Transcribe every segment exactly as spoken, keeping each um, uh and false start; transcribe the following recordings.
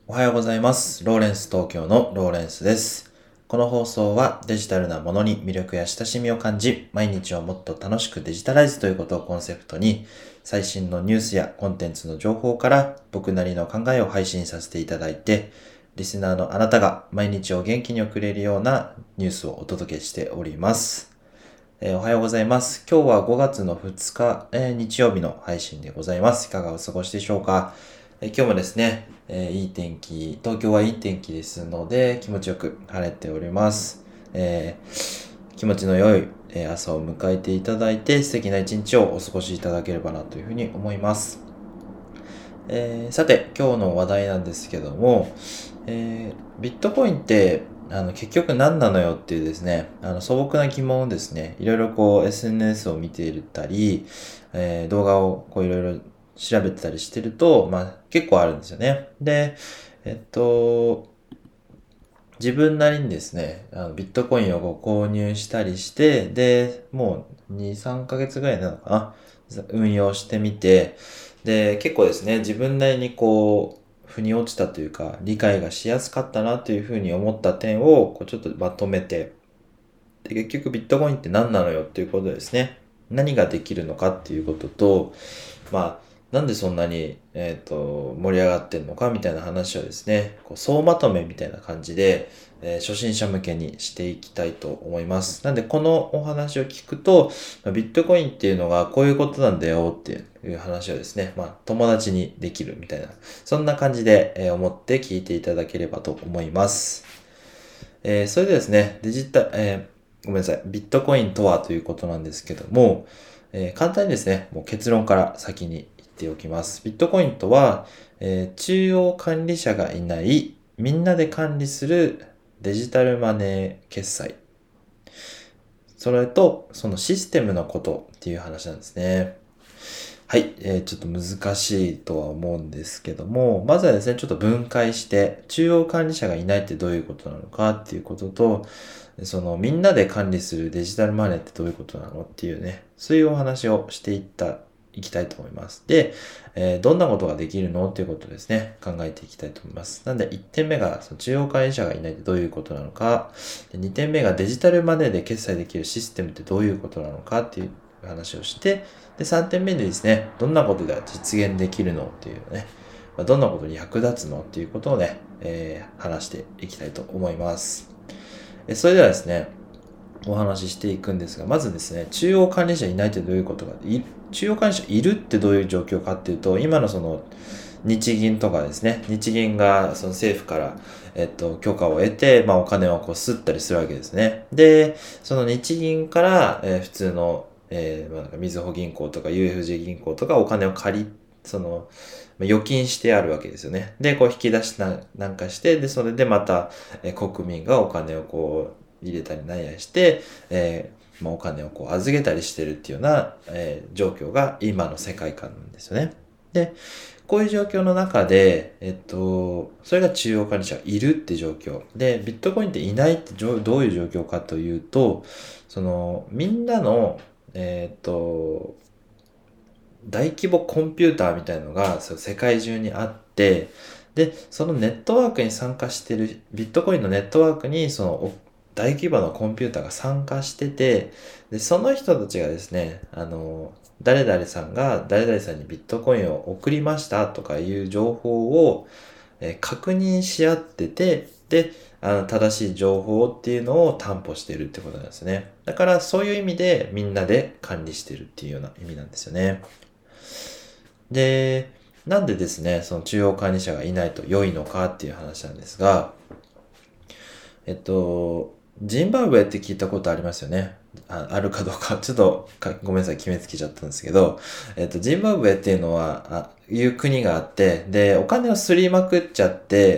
おはようございます。ローレンス東京のローレンスです。この放送はデジタルなものに魅力や親しみを感じ、毎日をもっと楽しくデジタライズということをコンセプトに、最新のニュースやコンテンツの情報から僕なりの考えを配信させていただいて、リスナーのあなたが毎日を元気に送れるようなニュースをお届けしております。えーおはようございます。今日はごがつのふつか、えー日曜日の配信でございます。いかがお過ごしでしょうか。えー今日もですね、えーいい天気、東京はいい天気ですので、気持ちよく晴れております。えー気持ちの良い、えー朝を迎えていただいて、素敵な一日をお過ごしいただければなというふうに思います。えーさて、今日の話題なんですけども、えービットコインってあの結局何なのよっていうですね、あの素朴な疑問をですね、いろいろこう エスエヌエス を見ていたり、えー動画をこういろいろ調べてたりしてると、まあ結構あるんですよね。で、えっと、自分なりにですね、あのビットコインをご購入したりして、で、もうに、さんかげつぐらいなのかな、運用してみて、で、結構ですね、自分なりにこう、腑に落ちたというか、理解がしやすかったなというふうに思った点を、こうちょっとまとめて、で、結局ビットコインって何なのよっていうことですね。何ができるのかっていうことと、まあ、なんでそんなに、えっと、盛り上がってんのかみたいな話をですね、こう総まとめみたいな感じで、えー初心者向けにしていきたいと思います。なんで、このお話を聞くと、まあビットコインっていうのがこういうことなんだよっていう話をですね、まあ、友達にできるみたいな、そんな感じで、えー思って聞いていただければと思います。えーそれでですね、デジタ、えーごめんなさい、ビットコインとはということなんですけども、えー簡単にですね、もう結論から先に言っておきます。ビットコインとは、えー中央管理者がいない、みんなで管理するデジタルマネー決済。それと、そのシステムのことっていう話なんですね。はい、えーちょっと難しいとは思うんですけども、まずはですね、ちょっと分解して、中央管理者がいないってどういうことなのかっていうことと、そのみんなで管理するデジタルマネーってどういうことなのっていうね、そういうお話をしていった、いきたいと思います。で、えーどんなことができるのっていうことをですね、考えていきたいと思います。なんでいってんめが、その中央管理者がいないってどういうことなのか、でにてんめがデジタルマネーで決済できるシステムってどういうことなのかっていう話をして、で、さんてんめでですね、どんなことで実現できるのっていうね、まあどんなことに役立つのっていうことをね、えー話していきたいと思います。えそれではですね、お話ししていくんですが、まずですね、中央管理者いないってどういうことか、い中央管理者いるってどういう状況かっていうと、今のその日銀とかですね、日銀がその政府から、えっと、許可を得て、まあお金をこう吸ったりするわけですね。で、その日銀から、えー普通の、えーまあ、なんかみずほ銀行とか ユーエフジェー 銀行とかお金を借り、その、まあ預金してあるわけですよね。で、こう引き出しななんかして、で、それでまた、えー国民がお金をこう入れたりなんやして、えーまあ、お金をこう預けたりしてるっていうような、えー状況が今の世界観なんですよね。で、こういう状況の中で、えっと、それが中央管理者がいるって状況。で、ビットコインっていないってどういう状況かというと、その、みんなの、えっと、大規模コンピューターみたいのがそう世界中にあって、で、そのネットワークに参加してる、ビットコインのネットワークにそのお大規模なコンピューターが参加してて、で、その人たちがですね、あの、誰々さんが誰々さんにビットコインを送りましたとかいう情報を、えー確認し合ってて、で、あの、正しい情報っていうのを担保してるってことなんですね。だからそういう意味でみんなで管理してるっていうような意味なんですよね。で、なんでですね、その中央管理者がいないと良いのかっていう話なんですが、えっと、ジンバブエって聞いたことありますよね。あ、あるかどうか、ちょっとかごめんなさい、決めつけちゃったんですけど、えっと、ジンバブエっていうのは、あ、いう国があって、で、お金をすりまくっちゃって、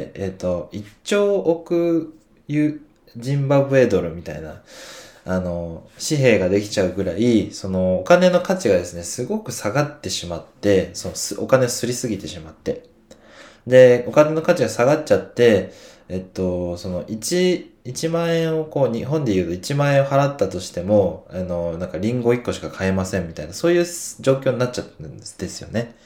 えっと、いっちょうおくユジンバブエドルみたいな、あの、紙幣ができちゃうぐらい、そのお金の価値がですね、すごく下がってしまって、そのすお金をすりすぎてしまって。で、お金の価値が下がっちゃって、えっと、そのいち、いちまん円をこう、日本で言うといちまん円を払ったとしても、あの、なんかリンゴいっこしか買えませんみたいな、そういう状況になっちゃったんですよね。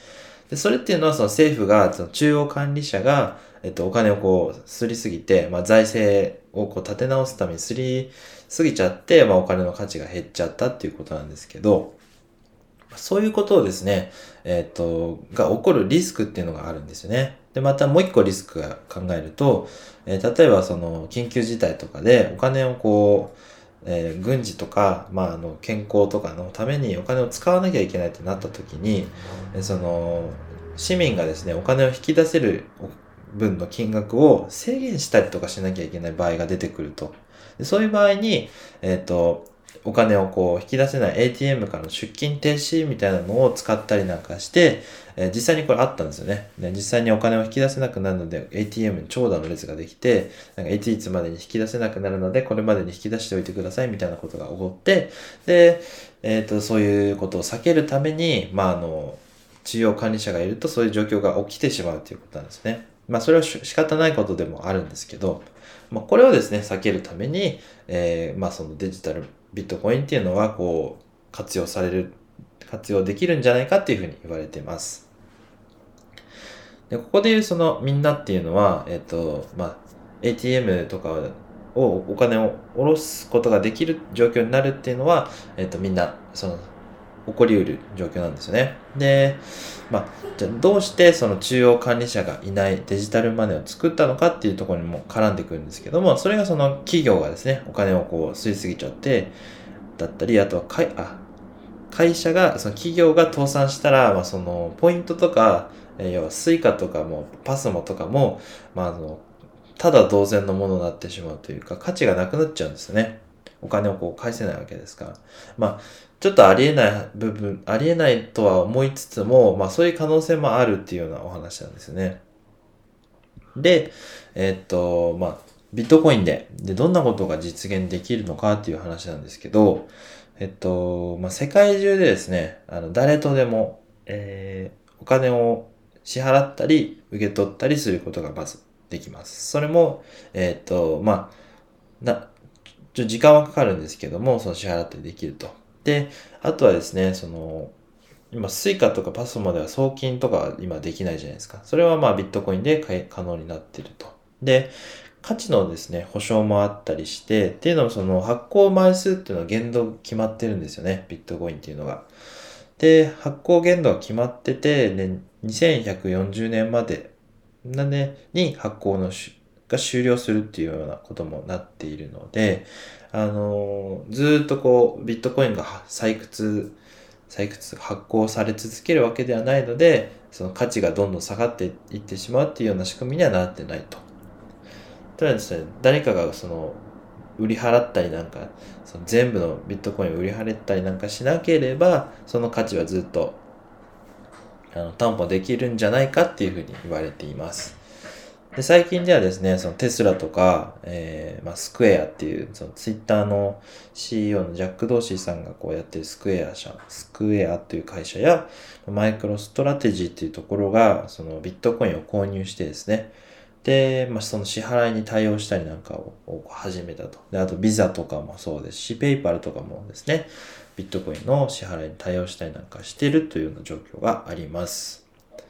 で、それっていうのはその政府が、その中央管理者が、えっと、お金をこう、すりすぎて、まあ、財政をこう立て直すためにすりすぎちゃって、まあ、お金の価値が減っちゃったっていうことなんですけど、そういうことをですね、えっと、が起こるリスクっていうのがあるんですよね。で、またもう一個リスクが考えると、えー例えばその緊急事態とかでお金をこう、えー軍事とか、まあ、あの健康とかのためにお金を使わなきゃいけないってなった時に、えーその市民がですね、お金を引き出せる分の金額を制限したりとかしなきゃいけない場合が出てくると。でそういう場合に、えっと、お金をこう引き出せない エーティーエム からの出金停止みたいなのを使ったりなんかして、えー実際にこれあったんですよね。で実際にお金を引き出せなくなるので エーティーエム に長蛇の列ができて、なんかいついつまでに引き出せなくなるので、これまでに引き出しておいてくださいみたいなことが起こって、で、えっと、そういうことを避けるために、まあ、あの、中央管理者がいるとそういう状況が起きてしまうということなんですね。まあ、それはし仕方ないことでもあるんですけど、まあ、これをですね、避けるために、えーまあ、そのデジタルビットコインっていうのは、こう、活用される、活用できるんじゃないかっていうふうに言われています。で、ここでいうそのみんなっていうのは、えっと、まあ、エーティーエム とかをお金を下ろすことができる状況になるっていうのは、えっと、みんな、その、起こり得る状況なんですよね。で、まあ、じゃあどうしてその中央管理者がいないデジタルマネーを作ったのかっていうところにも絡んでくるんですけども、それがその企業がですね、お金をこう吸いすぎちゃって、だったり、あとはかい、あ、会社が、その企業が倒産したら、まあ、そのポイントとか、えー要はスイカとかもパスモとかも、まあ、あの、ただ同然のものになってしまうというか、価値がなくなっちゃうんですよね。お金をこう返せないわけですから。まあ、ちょっとありえない部分、ありえないとは思いつつも、まあそういう可能性もあるっていうようなお話なんですよね。で、えーっと、まあ、ビットコインで、で、どんなことが実現できるのかっていう話なんですけど、えっと、まあ、世界中でですね、あの、誰とでも、えーお金を支払ったり、受け取ったりすることがまずできます。それも、えっと、まあ、な、ちょ、時間はかかるんですけども、その支払ってできると。で、あとはですね、その、今、スイカとかパスモでは送金とかは今できないじゃないですか。それはまあビットコインで可可能になっていると。で、価値のですね、保証もあったりして、っていうのもその発行枚数っていうのは限度決まってるんですよね、ビットコインっていうのが。で、発行限度が決まってて、ね、にせんひゃくよんじゅうねんまでなんでに発行のしが終了するっていうようなこともなっているので、あのーずーっとこう、ビットコインがは採掘、採掘、発行され続けるわけではないので、その価値がどんどん下がっていってしまうっていうような仕組みにはなってないと。ただですね、誰かがその、売り払ったりなんか、その全部のビットコインを売り払ったりなんかしなければ、その価値はずっとあの担保できるんじゃないかっていうふうに言われています。で、最近ではですね、そのテスラとか、えー、まあ、スクエアっていう、そのツイッターの シーイーオー のジャック・ドーシーさんがこうやってるスクエア社、スクエアっていう会社や、マイクロストラテジーっていうところが、そのビットコインを購入してですね、で、まあ、その支払いに対応したりなんかをを始めたと。で、あとビザとかもそうですし、ペイパルとかもですね、ビットコインの支払いに対応したりなんかしているというような状況があります。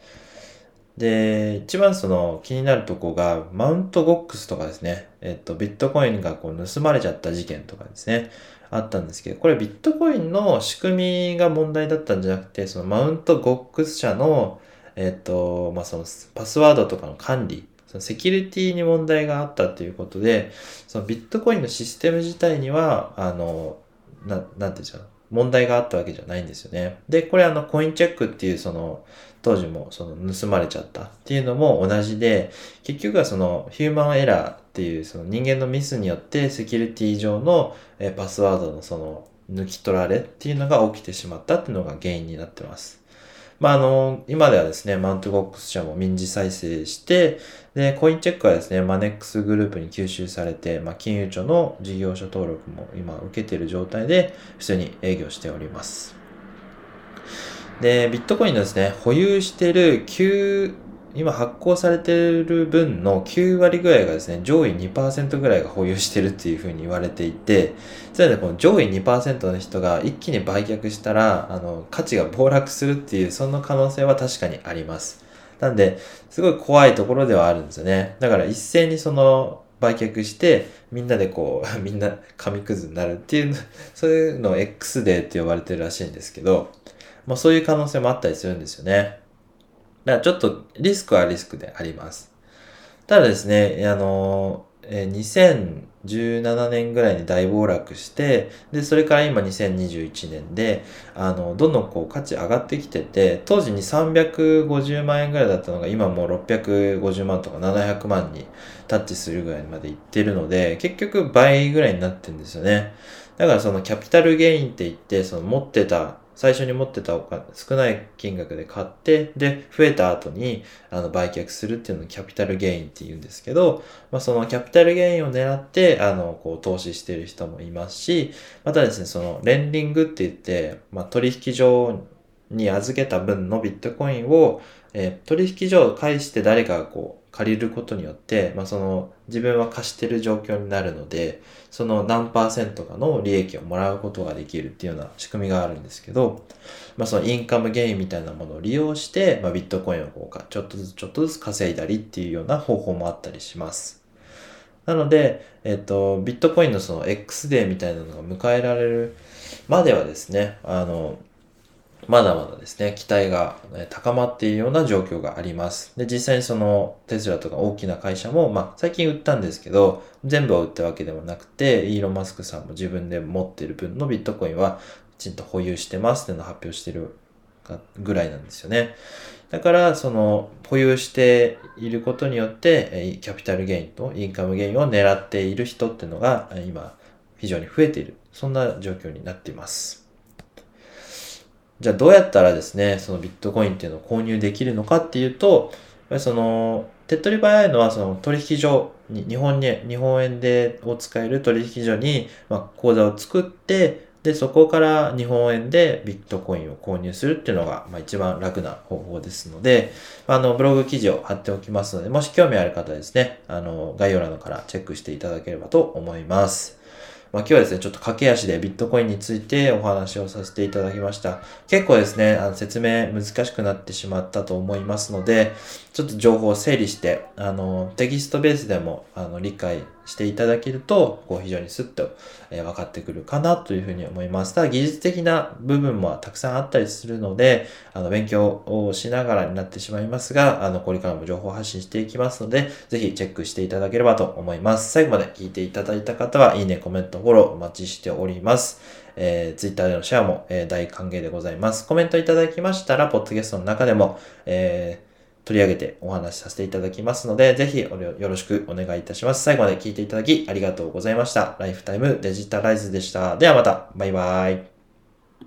で、一番その気になるとこが、マウントゴックスとかですね。えっと、ビットコインがこう盗まれちゃった事件とかですね。あったんですけど、これビットコインの仕組みが問題だったんじゃなくて、そのマウントゴックス社の、えっと、まあ、そのパスワードとかの管理、そのセキュリティに問題があったということで、そのビットコインのシステム自体には、あの、な、なんていうんですか、問題があったわけじゃないんですよね。で、これあの、コインチェックっていうその、当時もその盗まれちゃったっていうのも同じで、結局はそのヒューマンエラーっていうその人間のミスによってセキュリティ上のえーパスワードのその抜き取られっていうのが起きてしまったっていうのが原因になってます。まあ、あの、今ではですね、マウントゴックス社も民事再生して、で、コインチェックはですね、マネックスグループに吸収されて、まあ、金融庁の事業者登録も今受けている状態で、普通に営業しております。で、ビットコインのですね、保有しているきゅう今発行されている分のきゅうわりぐらいがですね、上位 にパーセント ぐらいが保有してるっていうふうに言われていて、それでこの上位 にパーセント の人が一気に売却したら、あの、価値が暴落するっていう、その可能性は確かにあります。なんで、すごい怖いところではあるんですよね。だから一斉にその、売却して、みんなでこう、みんな紙くずになるっていう、そういうのを X デーって呼ばれてるらしいんですけど、まあそういう可能性もあったりするんですよね。だからちょっとリスクはリスクであります。ただですね、あの、えーにせんじゅうななねんぐらいに大暴落して、で、それから今にせんにじゅういちねんで、あの、どんどんこう価値上がってきてて、当時にさんびゃくごじゅうまんえんぐらいだったのが今もうろっぴゃくごじゅうまんとかななひゃくまんにタッチするぐらいまでいってるので、結局倍ぐらいになってるんですよね。だからそのキャピタルゲインって言って、その持ってた最初に持ってたお金、少ない金額で買って、で、増えた後に、あの、売却するっていうのをキャピタルゲインって言うんですけど、まあ、そのキャピタルゲインを狙って、あの、こう、投資している人もいますし、またですね、その、レンディングって言って、まあ、取引所に預けた分のビットコインを、えー取引所を介して誰かがこう、借りることによって、まあ、その、自分は貸してる状況になるので、その何パーセントかの利益をもらうことができるっていうような仕組みがあるんですけど、まあそのインカムゲインみたいなものを利用して、まあビットコインをこうか、ちょっとずつちょっとずつ稼いだりっていうような方法もあったりします。なので、えっと、ビットコインのその X デーみたいなのが迎えられるまではですね、あの、まだまだですね、期待がえー高まっているような状況があります。で、実際にそのテスラとか大きな会社も、まあ最近売ったんですけど、全部を売ったわけではなくて、イーロン・マスクさんも自分で持っている分のビットコインはきちんと保有してますっていうのを発表してるぐらいなんですよね。だから、その保有していることによって、えーキャピタルゲインとインカムゲインを狙っている人っていうのが、えー今非常に増えている。そんな状況になっています。じゃあどうやったらですね、そのビットコインっていうのを購入できるのかっていうと、やっぱりその、手っ取り早いのはその取引所に、日本に、日本円でを使える取引所に、まあ、口座を作って、で、そこから日本円でビットコインを購入するっていうのが、まあ、一番楽な方法ですので、あの、ブログ記事を貼っておきますので、もし興味ある方はですね、あの、概要欄からチェックしていただければと思います。まあ、今日はですね、ちょっと駆け足でビットコインについてお話をさせていただきました。結構ですね、あの説明難しくなってしまったと思いますので、ちょっと情報を整理して、あの、テキストベースでもあの理解していただけると、こう非常にスッと、えー分かってくるかなというふうに思います。ただ技術的な部分もたくさんあったりするので、あの、勉強をしながらになってしまいますが、あの、これからも情報発信していきますので、ぜひチェックしていただければと思います。最後まで聞いていただいた方は、いいね、コメント、フォローお待ちしております。えー、Twitter でのシェアも、えー大歓迎でございます。コメントいただきましたら、ポッドキャストの中でも、えー取り上げてお話しさせていただきますので、ぜひよろしくお願いいたします。最後まで聞いていただきありがとうございました。ライフタイムデジタライズでした。ではまた、バイバイ。